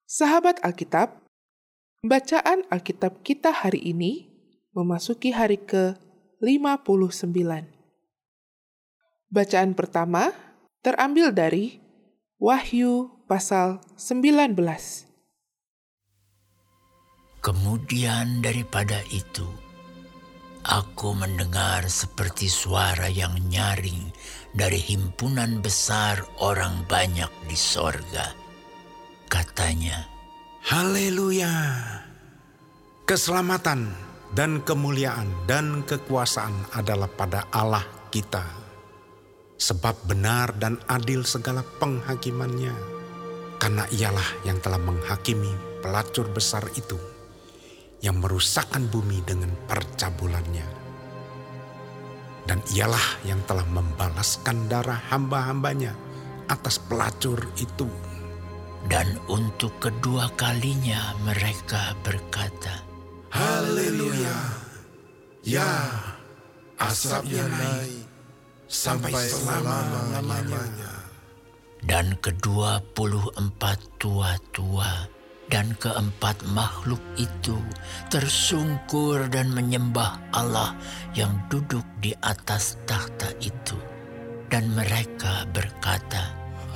Sahabat Alkitab, bacaan Alkitab kita hari ini memasuki hari ke-59. Bacaan pertama terambil dari Wahyu pasal 19. Kemudian daripada itu, aku mendengar seperti suara yang nyaring dari himpunan besar orang banyak di sorga. Katanya, Haleluya! Keselamatan dan kemuliaan dan kekuasaan adalah pada Allah kita. Sebab benar dan adil segala penghakimannya. Karena ialah yang telah menghakimi pelacur besar itu, yang merusakkan bumi dengan percabulannya. Dan ialah yang telah membalaskan darah hamba-hambanya atas pelacur itu. dan untuk kedua kalinya mereka berkata, Haleluya! Ya, asapnya naik sampai selama-lamanya. dan ke-24 tua-tua dan keempat makhluk itu tersungkur dan menyembah Allah yang duduk di atas takhta itu. Dan mereka berkata,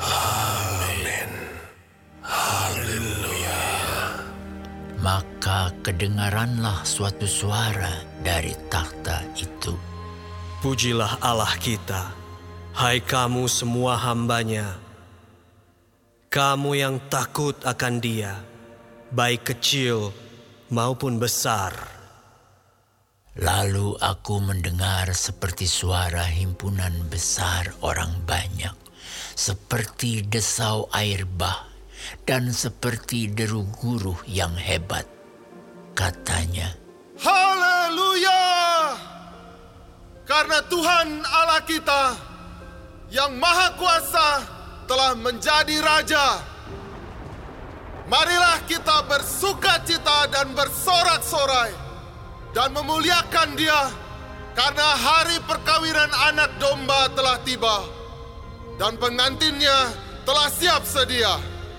Maka kedengaranlah suatu suara dari takhta itu. Pujilah Allah kita, hai kamu semua hamba-Nya. Kamu yang takut akan Dia, baik kecil maupun besar. Lalu aku mendengar seperti suara himpunan besar orang banyak, seperti desau air bah, dan seperti deru guruh yang hebat. Katanya, Haleluya! Karena Tuhan Allah kita yang Maha Kuasa telah menjadi Raja. Marilah kita bersukacita dan bersorak-sorai dan memuliakan Dia, karena hari perkawinan anak domba telah tiba dan pengantinnya telah siap sedia.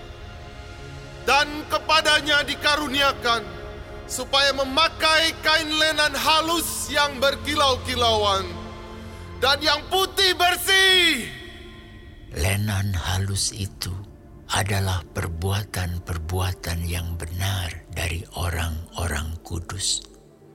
Dan kepadanya dikaruniakan supaya memakai kain lenan halus yang berkilau-kilauan dan yang putih bersih. lenan halus itu adalah perbuatan-perbuatan yang benar dari orang-orang kudus.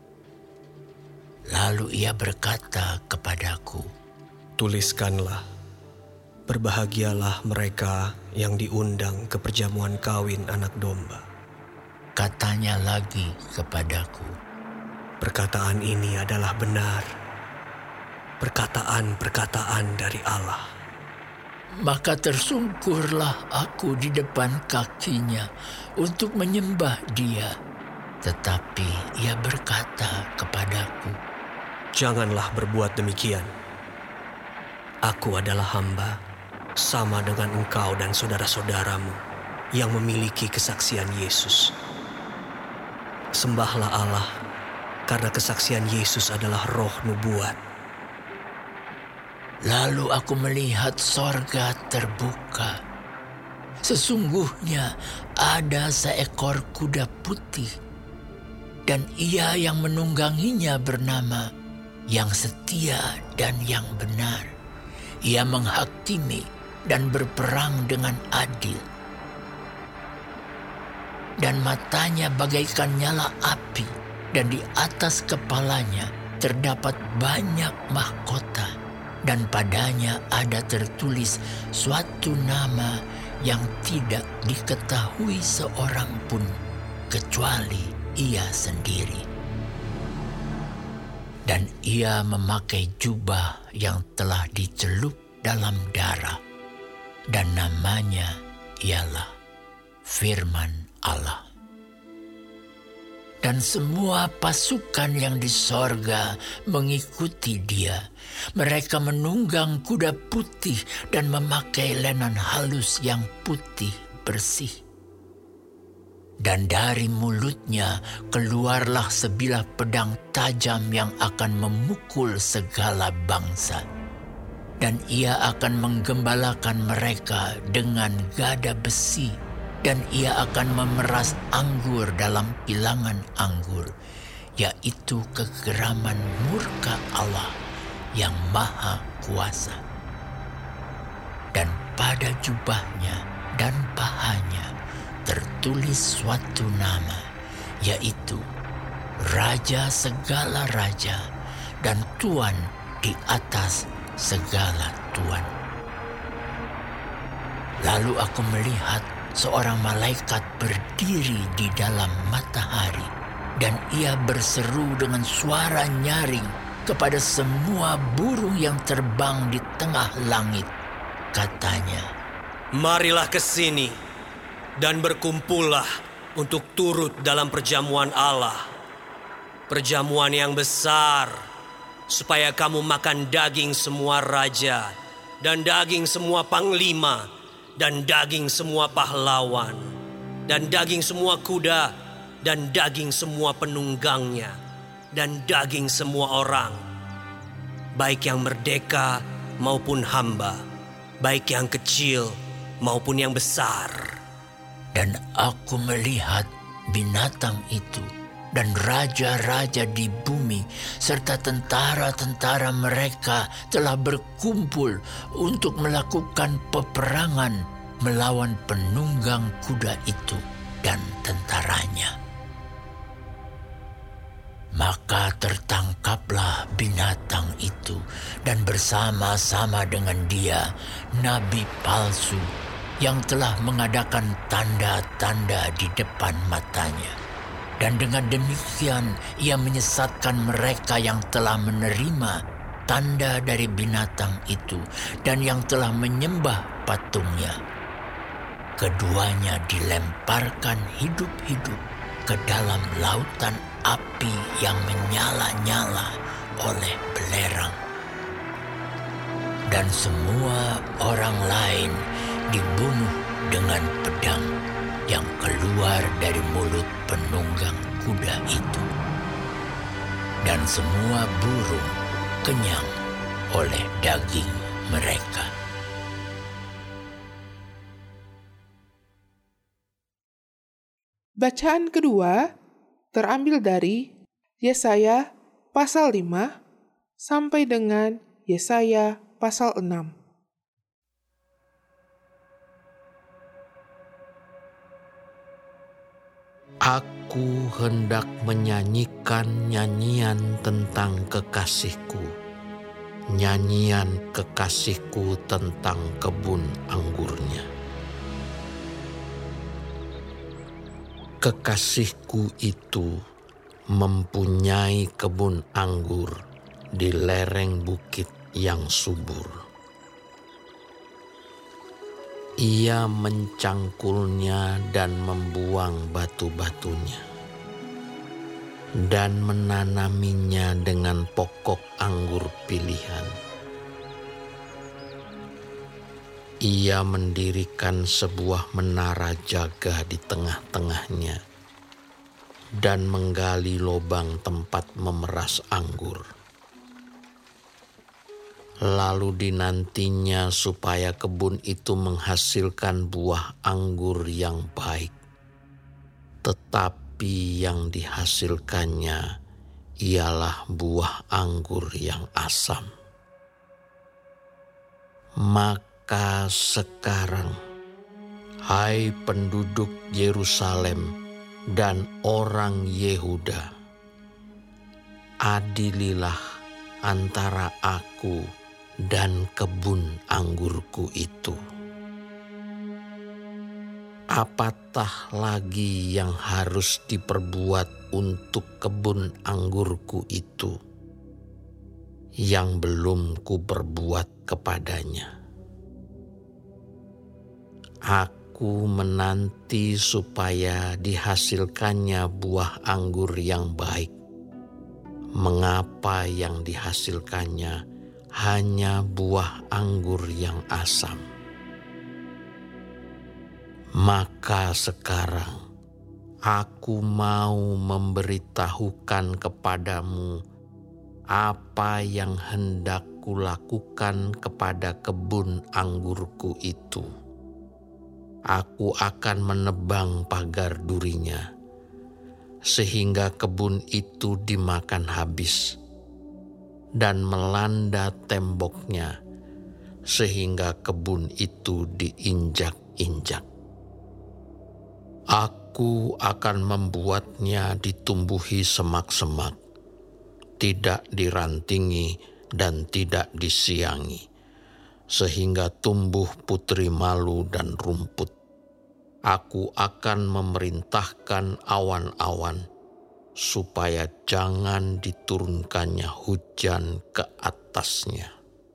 Lalu ia berkata kepadaku, Tuliskanlah, berbahagialah mereka yang diundang ke perjamuan kawin anak domba. katanya lagi kepadaku, Perkataan ini adalah benar, perkataan-perkataan dari Allah. Maka tersungkurlah aku di depan kakinya untuk menyembah Dia. Tetapi ia berkata kepadaku, Janganlah berbuat demikian. Aku adalah hamba, sama dengan engkau dan saudara-saudaramu yang memiliki kesaksian Yesus. Sembahlah Allah, karena kesaksian Yesus adalah roh nubuat. Lalu aku melihat sorga terbuka. Sesungguhnya ada seekor kuda putih, dan ia yang menungganginya bernama Yang Setia dan Yang Benar. Ia menghakimi dan berperang dengan adil. Dan matanya bagaikan nyala api, dan di atas kepalanya terdapat banyak mahkota. Dan padanya ada tertulis suatu nama yang tidak diketahui seorang pun kecuali ia sendiri. Dan ia memakai jubah yang telah dicelup dalam darah, dan namanya ialah Firman Allah. Dan semua pasukan yang di sorga mengikuti Dia. Mereka menunggang kuda putih dan memakai lenan halus yang putih bersih. Dan dari mulutnya keluarlah sebilah pedang tajam yang akan memukul segala bangsa. Dan ia akan menggembalakan mereka dengan gada besi dan ia akan memeras anggur dalam pilangan anggur, yaitu kegeraman murka Allah yang Maha Kuasa. Dan pada jubahnya dan pahanya tertulis suatu nama, yaitu Raja segala raja dan Tuan di atas segala tuan. Lalu aku melihat seorang malaikat berdiri di dalam matahari, dan ia berseru dengan suara nyaring kepada semua burung yang terbang di tengah langit. Katanya, "Marilah ke sini dan berkumpullah untuk turut dalam perjamuan Allah, perjamuan yang besar, supaya kamu makan daging semua raja, dan daging semua panglima, dan daging semua pahlawan, dan daging semua kuda, dan daging semua penunggangnya, dan daging semua orang, baik yang merdeka maupun hamba, baik yang kecil maupun yang besar." Dan aku melihat binatang itu dan raja-raja di bumi serta tentara-tentara mereka telah berkumpul untuk melakukan peperangan melawan penunggang kuda itu dan tentaranya. Maka tertangkaplah binatang itu, dan bersama-sama dengan dia nabi palsu yang telah mengadakan tanda-tanda di depan matanya. Dan dengan demikian ia menyesatkan mereka yang telah menerima tanda dari binatang itu dan yang telah menyembah patungnya. Keduanya dilemparkan hidup-hidup ke dalam lautan api yang menyala-nyala oleh belerang. Dan semua orang lain dibunuh dengan pedang yang keluar dari mulut penunggang kuda itu. Dan semua burung kenyang oleh daging mereka. Bacaan kedua terambil dari Yesaya pasal 5 sampai dengan Yesaya pasal 6. Aku hendak menyanyikan nyanyian tentang kekasihku, nyanyian kekasihku tentang kebun anggurnya. Kekasihku itu mempunyai kebun anggur di lereng bukit yang subur. Ia mencangkulnya dan membuang batu-batunya, dan menanaminya dengan pokok anggur pilihan. Ia mendirikan sebuah menara jaga di tengah-tengahnya, dan menggali lubang tempat memeras anggur. Lalu dinantinya supaya kebun itu menghasilkan buah anggur yang baik, tetapi yang dihasilkannya ialah buah anggur yang asam. Maka sekarang, hai penduduk Yerusalem dan orang Yehuda, adililah antara aku dan kebun anggurku itu. Apatah lagi yang harus diperbuat untuk kebun anggurku itu yang belum kuperbuat kepadanya? Aku menanti supaya dihasilkannya buah anggur yang baik. Mengapa yang dihasilkannya hanya buah anggur yang asam? Maka sekarang aku mau memberitahukan kepadamu apa yang hendak kulakukan kepada kebun anggurku itu. Aku akan menebang pagar durinya, sehingga kebun itu dimakan habis, dan melanda temboknya, sehingga kebun itu diinjak-injak. Aku akan membuatnya ditumbuhi semak-semak, tidak dirantingi dan tidak disiangi, sehingga tumbuh putri malu dan rumput. Aku akan memerintahkan awan-awan, supaya jangan diturunkannya hujan ke atasnya.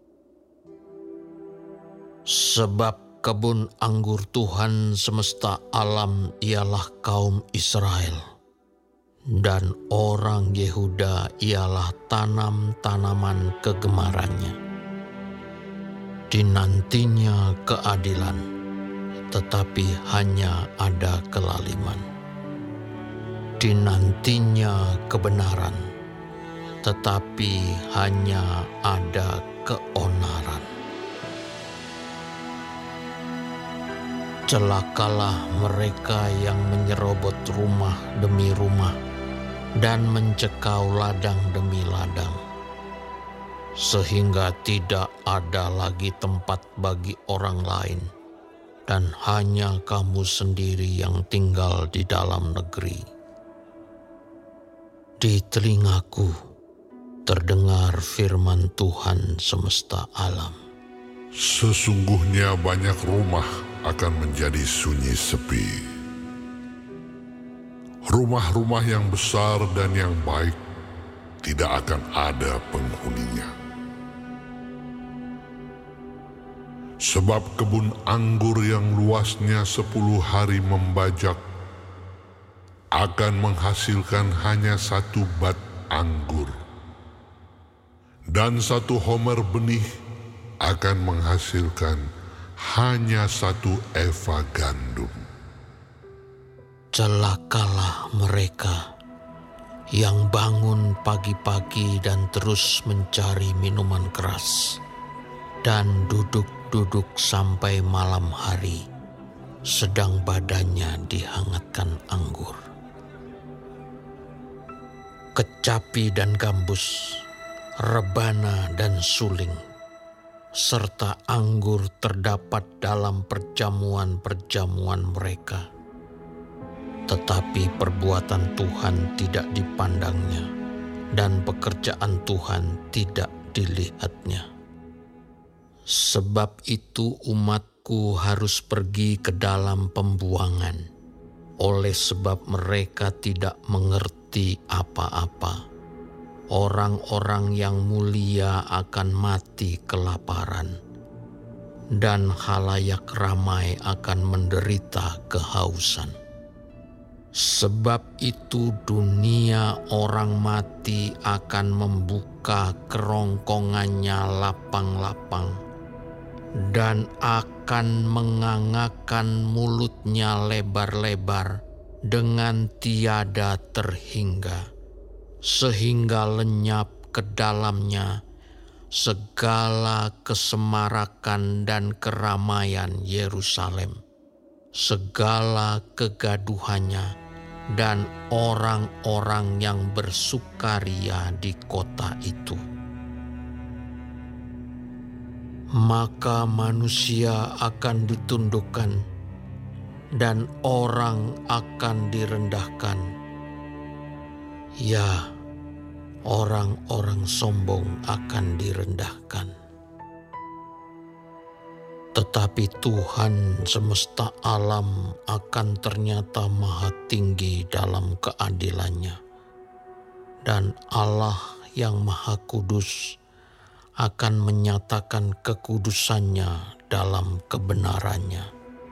Sebab kebun anggur Tuhan semesta alam ialah kaum Israel, dan orang Yehuda ialah tanam-tanaman kegemarannya. Dinantinya keadilan, tetapi hanya ada kelaliman. Dinantinya kebenaran, tetapi hanya ada keonaran. Celakalah mereka yang menyerobot rumah demi rumah dan mencekau ladang demi ladang, sehingga tidak ada lagi tempat bagi orang lain, dan hanya kamu sendiri yang tinggal di dalam negeri. Di telingaku terdengar firman Tuhan semesta alam. Sesungguhnya banyak rumah akan menjadi sunyi sepi. Rumah-rumah yang besar dan yang baik tidak akan ada penghuninya. Sebab kebun anggur yang luasnya 10 hari membajak akan menghasilkan hanya 1 bat anggur, dan 1 homer benih akan menghasilkan hanya 1 eva gandum. Celakalah mereka yang bangun pagi-pagi dan terus mencari minuman keras, dan duduk-duduk sampai malam hari, sedang badannya dihangatkan anggur. Kecapi dan gambus, rebana dan suling, serta anggur terdapat dalam perjamuan-perjamuan mereka. Tetapi perbuatan Tuhan tidak dipandangnya, dan pekerjaan Tuhan tidak dilihatnya. Sebab itu umatku harus pergi ke dalam pembuangan, oleh sebab mereka tidak mengerti apa-apa. Orang-orang yang mulia akan mati kelaparan, dan khalayak ramai akan menderita kehausan. Sebab itu dunia orang mati akan membuka kerongkongannya lapang-lapang, dan akan mengangakkan mulutnya lebar-lebar dengan tiada terhingga, sehingga lenyap ke dalamnya segala kesemarakan dan keramaian Yerusalem, segala kegaduhannya, dan orang-orang yang bersukaria di kota itu. Maka manusia akan ditundukkan, dan orang akan direndahkan. Ya, orang-orang sombong akan direndahkan. Tetapi Tuhan semesta alam akan ternyata maha tinggi dalam keadilannya, dan Allah yang maha kudus akan menyatakan kekudusannya dalam kebenarannya.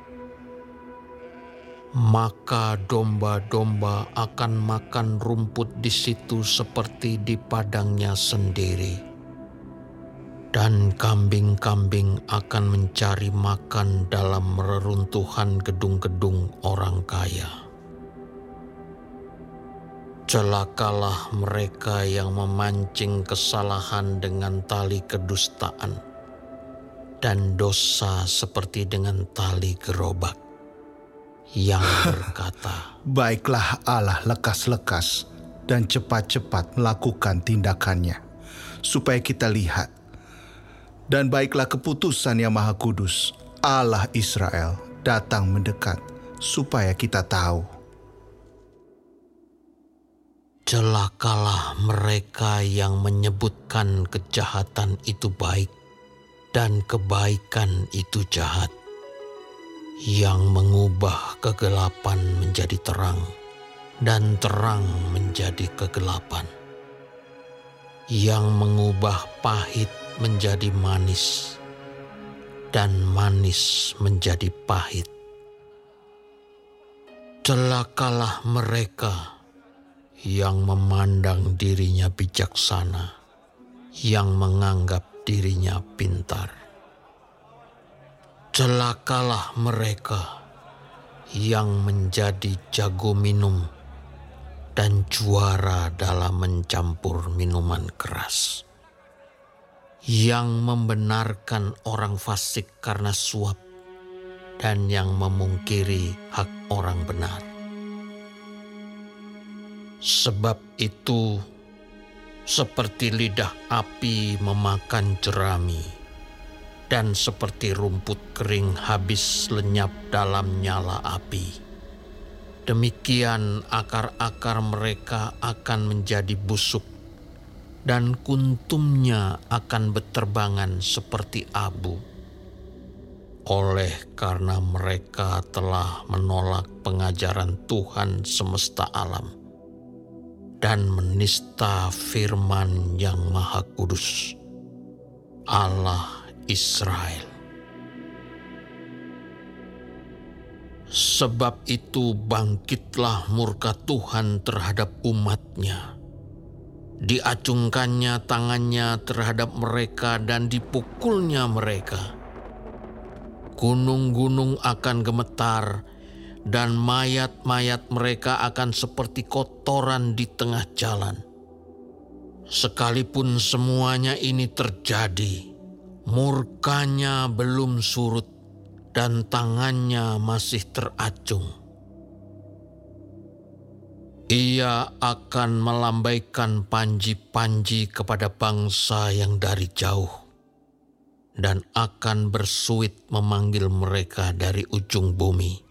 Maka domba-domba akan makan rumput di situ seperti di padangnya sendiri, dan kambing-kambing akan mencari makan dalam reruntuhan gedung-gedung orang kaya. Celakalah mereka yang memancing kesalahan dengan tali kedustaan, dan dosa seperti dengan tali gerobak. yang berkata, Baiklah Allah lekas-lekas dan cepat-cepat melakukan tindakannya, supaya kita lihat. Dan baiklah keputusan yang Maha Kudus, Allah Israel, datang mendekat, supaya kita tahu. celakalah mereka yang menyebutkan kejahatan itu baik dan kebaikan itu jahat, yang mengubah kegelapan menjadi terang dan terang menjadi kegelapan, yang mengubah pahit menjadi manis dan manis menjadi pahit. Celakalah mereka yang memandang dirinya bijaksana, yang menganggap dirinya pintar. Celakalah mereka yang menjadi jago minum dan juara dalam mencampur minuman keras, yang membenarkan orang fasik karena suap dan yang memungkiri hak orang benar. Sebab itu, seperti lidah api memakan jerami, dan seperti rumput kering habis lenyap dalam nyala api, demikian akar-akar mereka akan menjadi busuk, dan kuntumnya akan berterbangan seperti abu. Oleh karena mereka telah menolak pengajaran Tuhan semesta alam dan menista firman yang Maha Kudus, Allah Israel. Sebab itu bangkitlah murka Tuhan terhadap umat-Nya. Diacungkannya tangannya terhadap mereka dan dipukulnya mereka. Gunung-gunung akan gemetar dan mayat-mayat mereka akan seperti kotoran di tengah jalan. Sekalipun semuanya ini terjadi, murkanya belum surut dan tangannya masih teracung. Ia akan melambaikan panji-panji kepada bangsa yang dari jauh dan akan bersuit memanggil mereka dari ujung bumi.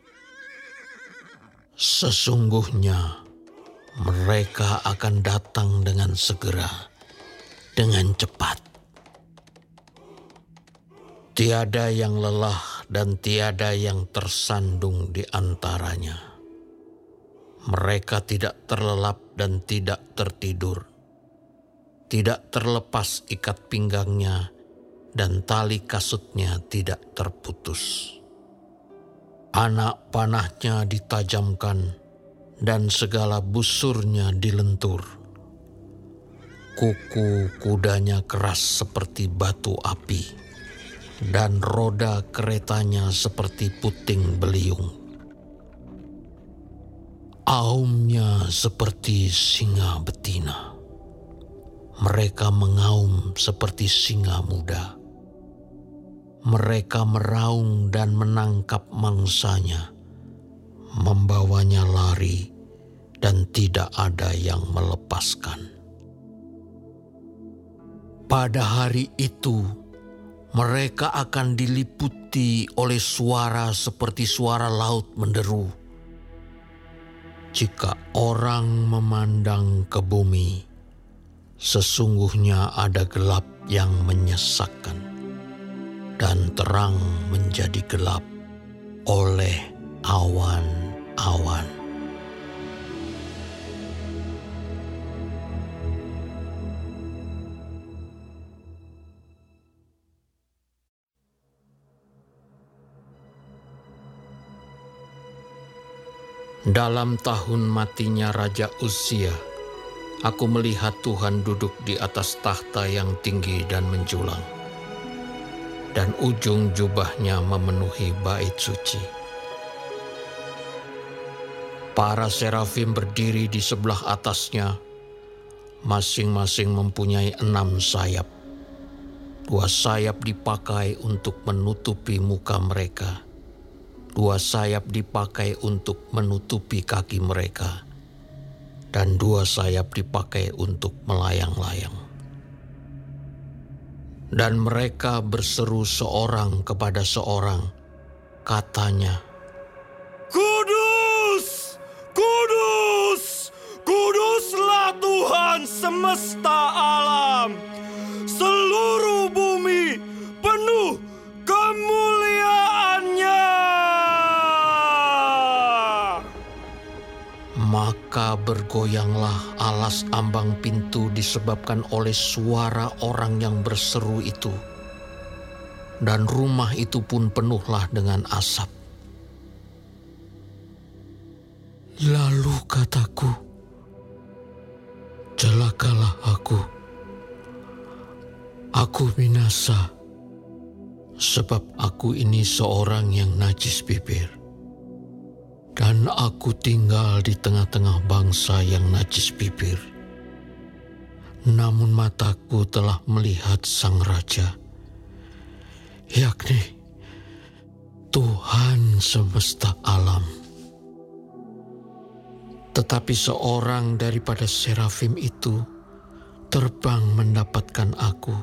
Sesungguhnya mereka akan datang dengan segera, dengan cepat. Tiada yang lelah dan tiada yang tersandung di antaranya. Mereka tidak terlelap dan tidak tertidur. Tidak terlepas ikat pinggangnya dan tali kasutnya tidak terputus. Anak panahnya ditajamkan dan segala busurnya dilentur. Kuku kudanya keras seperti batu api dan roda keretanya seperti puting beliung. Aumnya seperti singa betina. Mereka mengaum seperti singa muda. Mereka meraung dan menangkap mangsanya, membawanya lari, dan tidak ada yang melepaskan. Pada hari itu, mereka akan diliputi oleh suara seperti suara laut menderu. Jika orang memandang ke bumi, sesungguhnya ada gelap yang menyesakkan. Dan terang menjadi gelap oleh awan-awan. Dalam tahun matinya Raja Uzia, aku melihat Tuhan duduk di atas tahta yang tinggi dan menjulang, dan ujung jubahnya memenuhi bait suci. Para serafim berdiri di sebelah atasnya, masing-masing mempunyai 6 sayap. 2 sayap dipakai untuk menutupi muka mereka, 2 sayap dipakai untuk menutupi kaki mereka, dan 2 sayap dipakai untuk melayang-layang. Dan mereka berseru seorang kepada seorang, katanya, Kudus, kudus, kuduslah Tuhan semesta alam. Seluruh bumi penuh kemuliaan-Nya. Maka bergoyanglah alas ambang pintu disebabkan oleh suara orang yang berseru itu. Dan rumah itu pun penuhlah dengan asap. Lalu kataku, celakalah aku. Aku binasa, sebab aku ini seorang yang najis bibir. Dan aku tinggal di tengah-tengah bangsa yang najis bibir. Namun mataku telah melihat Sang Raja, yakni Tuhan semesta alam. Tetapi seorang daripada serafim itu terbang mendapatkan aku.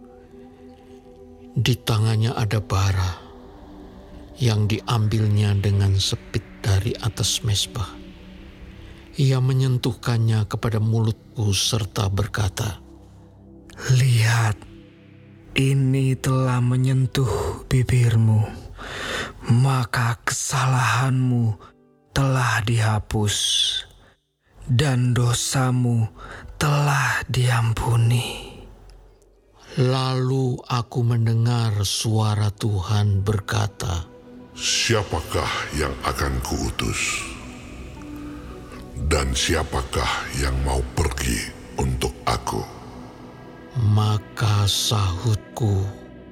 Di tangannya ada bara yang diambilnya dengan sepit dari atas mezbah. Ia menyentuhkannya kepada mulutku serta berkata, Lihat, ini telah menyentuh bibirmu, maka kesalahanmu telah dihapus dan dosamu telah diampuni. Lalu aku mendengar suara Tuhan berkata, Siapakah yang akan kuutus? Dan siapakah yang mau pergi untuk aku? Maka sahutku,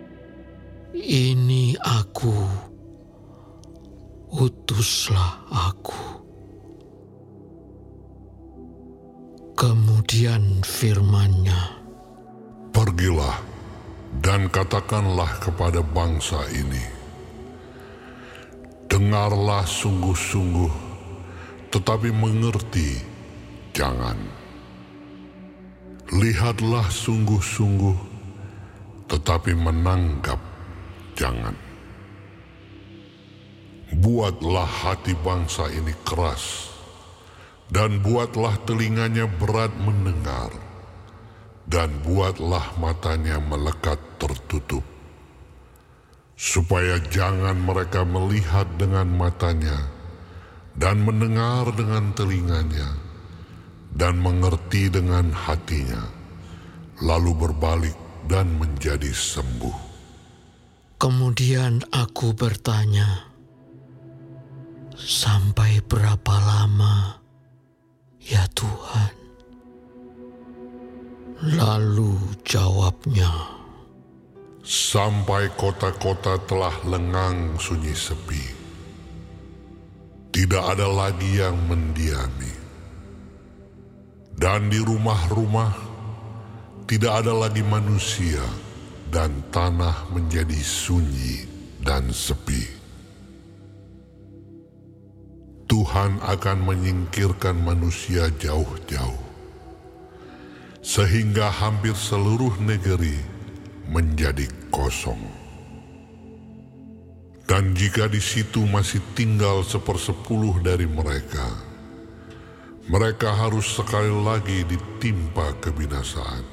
ini aku, utuslah aku. Kemudian firman-Nya, Pergilah dan katakanlah kepada bangsa ini, dengarlah sungguh-sungguh, tetapi mengerti jangan. Lihatlah sungguh-sungguh, tetapi menanggap jangan. Buatlah hati bangsa ini keras, dan buatlah telinganya berat mendengar, dan buatlah matanya melekat tertutup, supaya jangan mereka melihat dengan matanya, dan mendengar dengan telinganya, dan mengerti dengan hatinya, lalu berbalik dan menjadi sembuh. Kemudian aku bertanya, sampai berapa lama, ya Tuhan? Lalu jawab-Nya, sampai kota-kota telah lengang sunyi sepi, tidak ada lagi yang mendiami, dan di rumah-rumah tidak ada lagi manusia, dan tanah menjadi sunyi dan sepi. Tuhan akan menyingkirkan manusia jauh-jauh, sehingga hampir seluruh negeri menjadi kosong. Dan jika di situ masih tinggal 1/10 dari mereka, mereka harus sekali lagi ditimpa kebinasaan.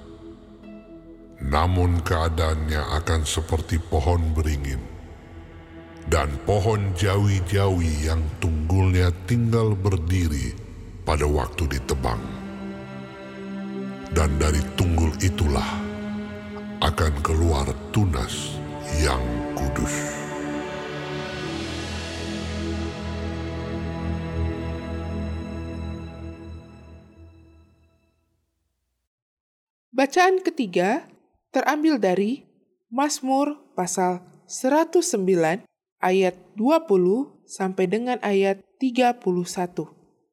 Namun keadaannya akan seperti pohon beringin dan pohon jawi-jawi yang tunggulnya tinggal berdiri pada waktu ditebang. Dan dari tunggul itulah akan keluar tunas yang kudus. Bacaan ketiga terambil dari Mazmur pasal 109 ayat 20 sampai dengan ayat 31.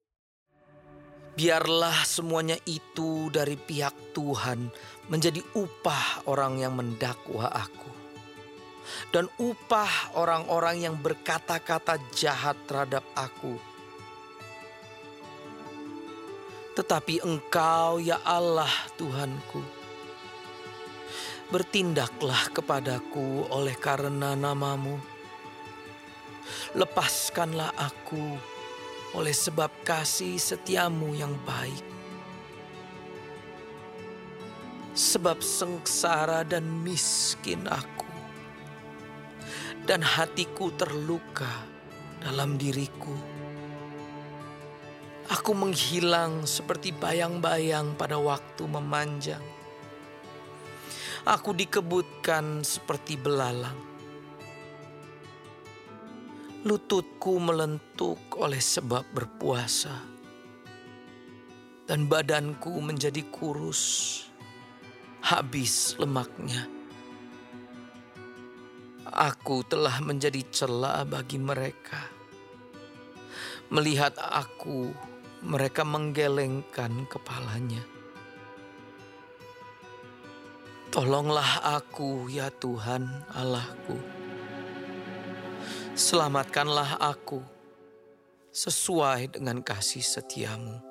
Biarlah semuanya itu dari pihak Tuhan menjadi upah orang yang mendakwa aku. dan upah orang-orang yang berkata-kata jahat terhadap aku. Tetapi Engkau, ya Allah Tuhanku, bertindaklah kepadaku oleh karena nama-Mu. Lepaskanlah aku oleh sebab kasih setiamu yang baik. Sebab sengsara dan miskin aku, dan hatiku terluka dalam diriku. Aku menghilang seperti bayang-bayang pada waktu memanjang. Aku dikebutkan seperti belalang. Lututku melentuk oleh sebab berpuasa, dan badanku menjadi kurus, habis lemaknya. Aku telah menjadi cela bagi mereka. Melihat aku, mereka menggelengkan kepalanya. Tolonglah aku, ya Tuhan Allahku. Selamatkanlah aku sesuai dengan kasih setiamu.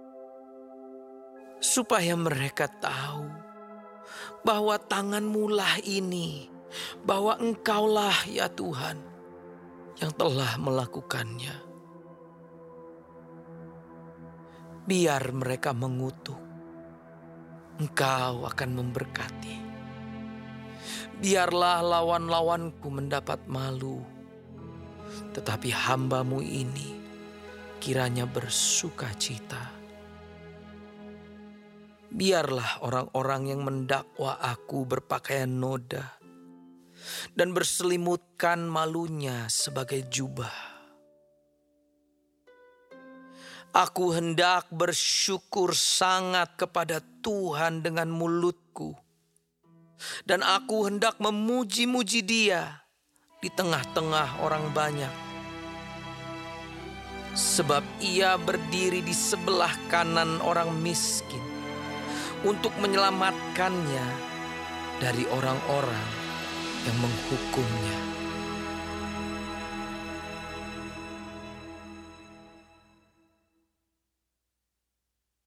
Supaya mereka tahu bahwa tangan-Mu lah ini, bahwa Engkaulah ya Tuhan yang telah melakukannya. Biar mereka mengutuk, Engkau akan memberkati. Biarlah lawan-lawanku mendapat malu, tetapi hamba-Mu ini kiranya bersuka cita. Biarlah orang-orang yang mendakwa aku berpakaian noda dan berselimutkan malunya sebagai jubah. Aku hendak bersyukur sangat kepada Tuhan dengan mulutku, dan aku hendak memuji-muji Dia di tengah-tengah orang banyak. Sebab Ia berdiri di sebelah kanan orang miskin untuk menyelamatkannya dari orang-orang yang menghukumnya.